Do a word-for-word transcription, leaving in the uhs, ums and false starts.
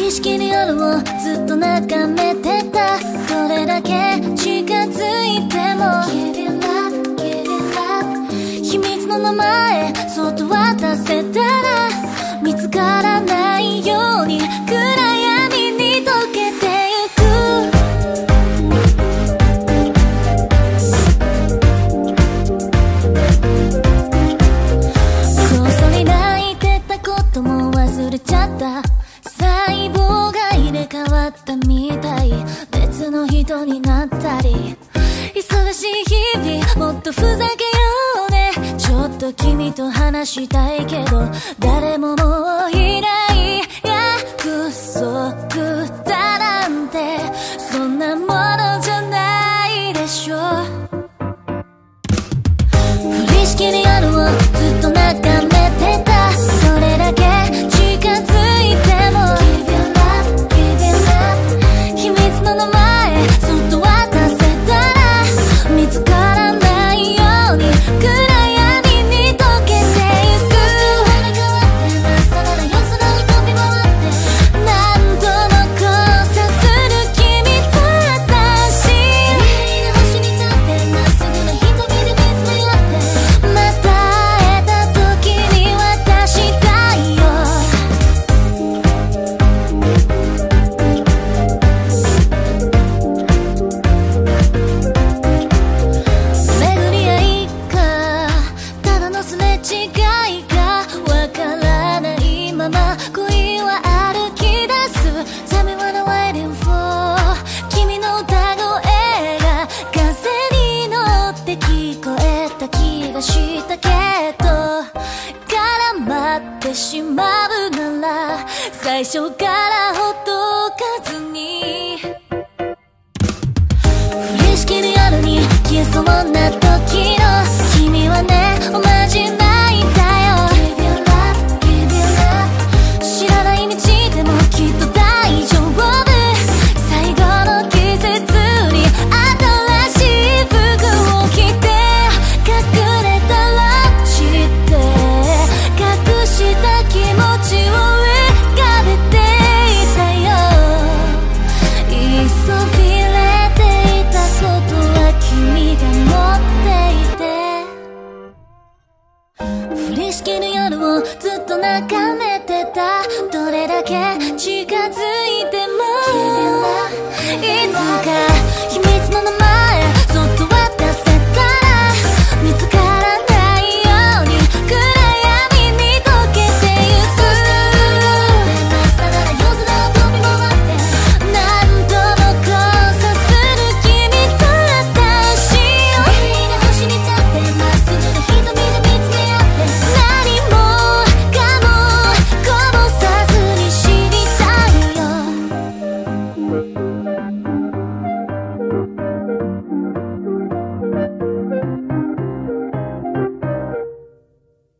りしきる夜をずっと眺めてた。どれだけ近づいても Give it up, give it up 秘密の名前そっと渡せたら見つからないように暗闇に溶けてゆく。こっそり泣いてたことも忘れちゃった。細胞が入れ替わったみたい。別の人になったり忙しい日々もっとふざけようね。ちょっと君と話したいけど誰ももういない約束だなんてそんなものじゃないでしょ。降りしきる夜をずっと眺めてた。どれだけ近づいても Give it up, give it up 秘密の名前そっと渡せたら見つからないように暗闇に溶けてゆく。生まれ変わってまっさらな夜空に飛び回って何度も交差する君と私。綺麗な星に立ってまっすぐな瞳で見つめ合ってまた会えた時に渡したいよ。巡り合いかただのすれ違いかわからないまま恋は歩き出す。 Tell me what I'm waiting for 君の歌声が風に乗って聞こえた気がしたけど絡まってしまうなら最初からほどかずに。降りしきる夜に消えそうな時の君はねおまじないだよ。 Give it up, give it up 知らない道でもきっと大丈夫。最後の季節に新しい服を着て隠れたら散って隠した気持ちを浮かべていたよ。急びれていたことは君が持っていて。降りしきる夜をずっと眺めてた。どれだけ